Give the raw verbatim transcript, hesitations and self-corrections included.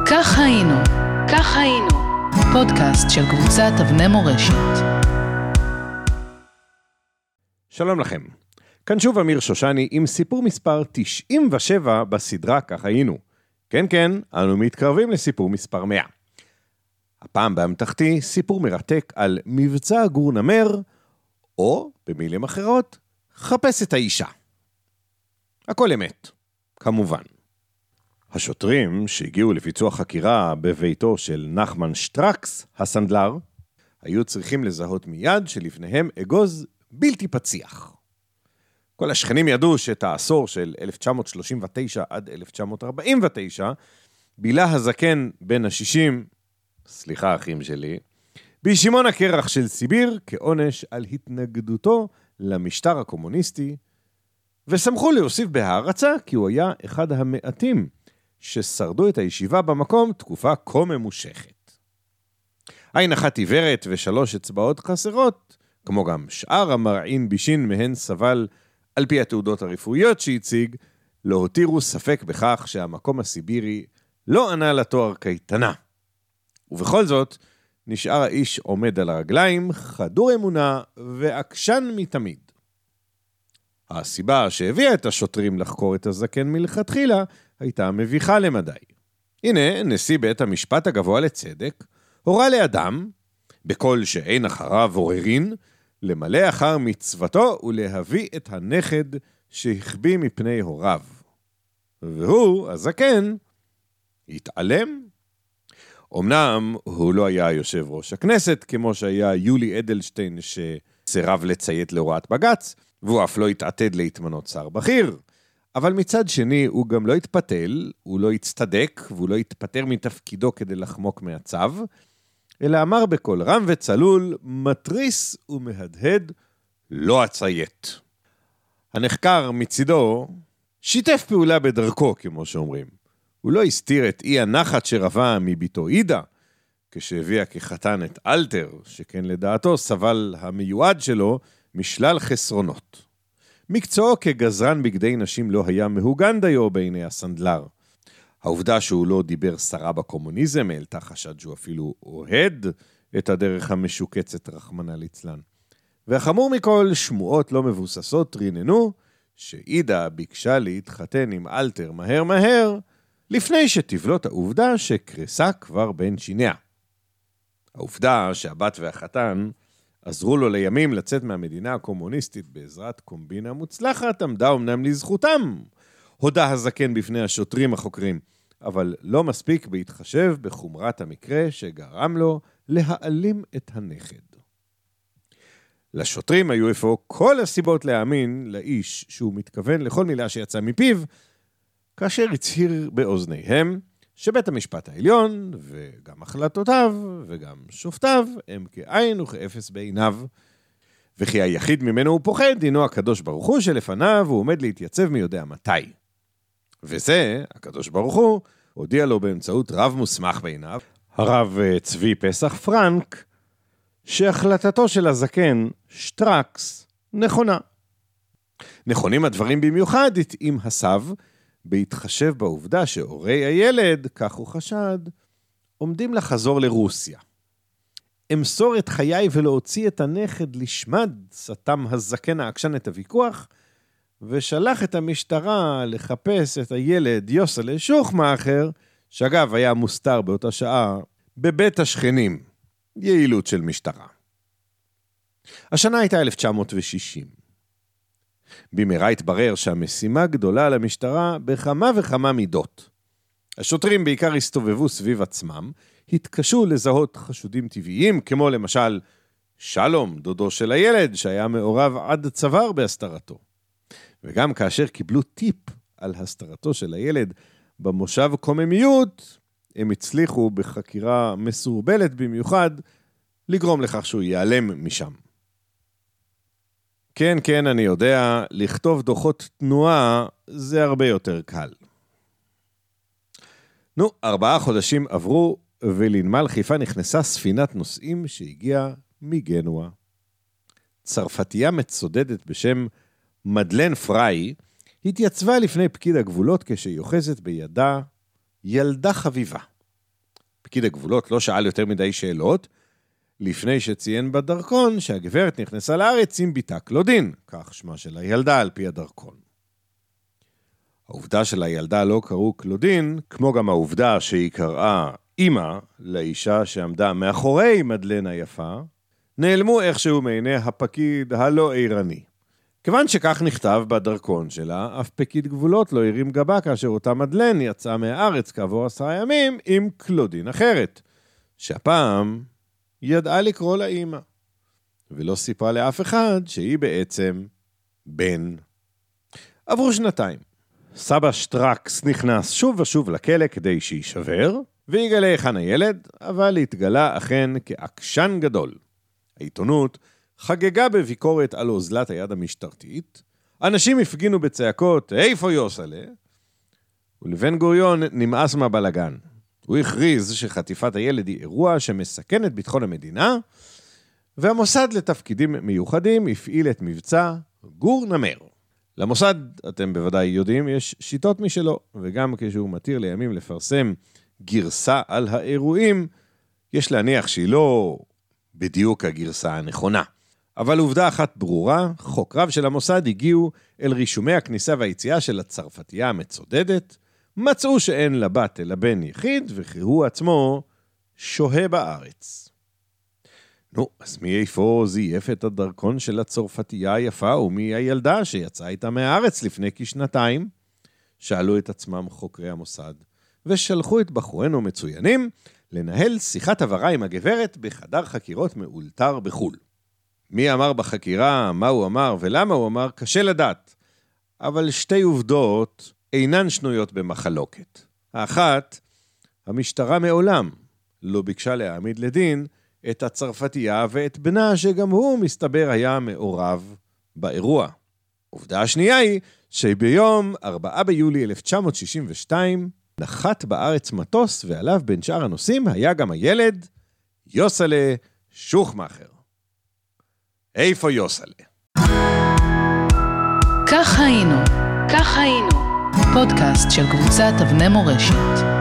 כך היינו, כך היינו, פודקאסט של קבוצת אבני מורשת. שלום לכם, כאן שוב אמיר שושני עם סיפור מספר תשעים ושבע בסדרה כך היינו. כן כן, אנו מתקרבים לסיפור מספר מאה. הפעם באמתחתי סיפור מרתק על מבצע גור נמר, או במילים אחרות, חפש את האישה. הכל אמת, כמובן. השוטרים שהגיעו לביצוע חקירה בביתו של נחמן שטרקס, הסנדלר, היו צריכים לזהות מיד שלפניהם אגוז בלתי פציח. כל השכנים ידעו שאת העשור של אלף תשע מאות שלושים ותשע עד אלף תשע מאות ארבעים ותשע, בילה הזקן בין השישים, סליחה אחים שלי, בישימון הקרח של סיביר כעונש על התנגדותו למשטר הקומוניסטי, ושמחו להוסיף בהערצה כי הוא היה אחד המעטים ששרדו את הישיבה במקום תקופה כה ממושכת. עין אחת עיוורת ושלוש אצבעות חסרות, כמו גם שאר המרעין בישין מהן סבל על פי התעודות הרפואיות שהציג, לא הותירו ספק בכך שהמקום הסיבירי לא ענה לתואר קייטנה. ובכל זאת, נשאר האיש עומד על הרגליים, חדור אמונה ועקשן מתמיד. הסיבה שהביאה את השוטרים לחקור את הזקן מלכתחילה, הייתה מביכה למדי. הנה, נשיא בית המשפט הגבוה לצדק, הורה לאדם, בכל שאין אחריו עוררין, למלא אחר מצוותו ולהביא את הנכד שהחביא מפני הוריו. והוא, הזקן, התעלם. אמנם הוא לא היה יושב ראש הכנסת, כמו שהיה יולי אדלשטיין שסירב לציית להוראת בג"ץ, והוא אף לא התעתד להתמנות שר בכיר. אבל מצד שני הוא גם לא התפתל, הוא לא הצטדק, והוא לא התפטר מתפקידו כדי לחמוק מהצו, אלא אמר בקול רם וצלול, מטריס ומהדהד, לא אציית. הנחקר מצידו שיתף פעולה בדרכו, כמו שאומרים. הוא לא הסתיר את אי הנחת שרבה מביתו עידה, כשהביאה כחתן את אלתר, שכן לדעתו סבל המיועד שלו משלל חסרונות. מקצועו כגזרן בגדי נשים לא היה מהוגן דיו בעיני הסנדלר. העובדה שהוא לא דיבר שרה בקומוניזם, העלתה חשד שהוא אפילו אוהד את הדרך המשוקצת רחמנא ליצלן. והחמור מכל, שמועות לא מבוססות ריננו, שעידה ביקשה להתחתן עם אלתר מהר מהר, לפני שתבלוט העובדה שקרסה כבר בין שיניה. העובדה שהבת והחתן עזרו לו לימים לצאת מהמדינה הקומוניסטית בעזרת קומבינה מוצלחת, עמדה אמנם לזכותם, הודה הזקן בפני השוטרים החוקרים, אבל לא מספיק בהתחשב בחומרת המקרה שגרם לו להעלים את הנכד. לשוטרים היו אפוא כל הסיבות להאמין לאיש שהוא מתכוון לכל מילה שיצא מפיו, כאשר הצהיר באוזניהם שבית המשפט העליון וגם החלטותיו וגם שופטיו הם כעין וכאפס בעיניו, וכי היחיד ממנו הוא פוחד הינו הקדוש ברוך הוא שלפניו הוא עומד להתייצב מי יודע מתי. וזה, הקדוש ברוך הוא, הודיע לו באמצעות רב מוסמך בעיניו, הרב צבי פסח פרנק, שהחלטתו של הזקן שטרקס נכונה. נכונים הדברים במיוחד עם הסב, בהתחשב בעובדה שהורי הילד, כך הוא חשד, עומדים לחזור לרוסיה. אמסור את חיי ולהוציא את הנכד לשמד, סתם הזקן העקשן את הוויכוח, ושלח את המשטרה לחפש את הילד יוסלה שוחמאחר, שאגב היה מוסתר באותה שעה, בבית השכנים. יעילות של משטרה. השנה הייתה אלף תשע מאות ושישים. במהרה התברר שהמשימה גדולה למשטרה בכמה וכמה מידות. השוטרים בעיקר הסתובבו סביב עצמם, התקשו לזהות חשודים טבעיים, כמו למשל שלום, דודו של הילד, שהיה מעורב עד צוואר בהסתרתו. וגם כאשר קיבלו טיפ על הסתרתו של הילד במושב קוממיות, הם הצליחו בחקירה מסורבלת במיוחד לגרום לכך שהוא ייעלם משם. כן, כן, אני יודע, לכתוב דוחות תנועה זה הרבה יותר קל. נו, ארבעה חודשים עברו, ולנמל חיפה נכנסה ספינת נוסעים שהגיעה מגנוע. צרפתייה מצודדת בשם מדלן פראי, התייצבה לפני פקיד הגבולות כשהיא אוחזת בידה ילדה חביבה. פקיד הגבולות לא שאל יותר מדי שאלות, לפני שציין בדרכון שהגברת נכנסה לארץ עם ביתה קלודין, כך שמה של הילדה על פי הדרכון. העובדה של הילדה לא קראו קלודין, כמו גם העובדה שהיא קראה אמא לאישה שעמדה מאחורי מדלן היפה, נעלמו איכשהו מעיני הפקיד הלא עירני. כיוון שכך נכתב בדרכון שלה, אף פקיד גבולות לא הרים גבה כאשר אותה מדלן יצאה מהארץ כעבור עשרה ימים עם קלודין אחרת, שהפעם ידעה לקרוא לאמא, ולא סיפרה לאף אחד שהיא בעצם בן. עברו שנתיים. סבא שטרקס נכנס שוב ושוב לכלא כדי שישבר, ויגלה היכן הילד, אבל התגלה אכן כעקשן גדול. העיתונות חגגה בביקורת על אוזלת היד המשטרתית, אנשים הפגינו בצעקות, איפה יוסלה? ולבן גוריון נמאס מהבלגן. הוא הכריז שחטיפת הילד היא אירוע שמסכן את ביטחון המדינה, והמוסד לתפקידים מיוחדים הפעיל את מבצע גור נמר. למוסד, אתם בוודאי יודעים, יש שיטות משלו, וגם כשהוא מתיר לימים לפרסם גרסה על האירועים, יש להניח שהיא לא בדיוק הגרסה הנכונה. אבל עובדה אחת ברורה, חוקריו של המוסד הגיעו אל רישומי הכניסה והיציאה של הצרפתייה המצודדת, מצאו שאין לבת אלא בן יחיד, וכי הוא עצמו שוהה בארץ. נו, אז מי איפה זייף את הדרכון של הצרפתייה היפה, ומי הילדה שיצאה איתה מהארץ לפני כשנתיים? שאלו את עצמם חוקרי המוסד, ושלחו את בחורינו מצוינים לנהל שיחת עברה עם הגברת בחדר חקירות מאולתר בחול. מי אמר בחקירה, מה הוא אמר ולמה הוא אמר, קשה לדעת. אבל שתי עובדות אינן שנויות במחלוקת. האחת, המשטרה מעולם לא ביקשה להעמיד לדין את הצרפתייה ואת בנה שגם הוא מסתבר היה מעורב באירוע. עובדה השנייה היא שביום ארבעה ביולי אלף תשע מאות שישים ושתיים נחת בארץ מטוס ועליו בין שאר הנוסעים היה גם הילד יוסלה שוחמאכר. איפה יוסלה? כך היינו, כך היינו. פודקאסט של קבוצת אבני מורשת.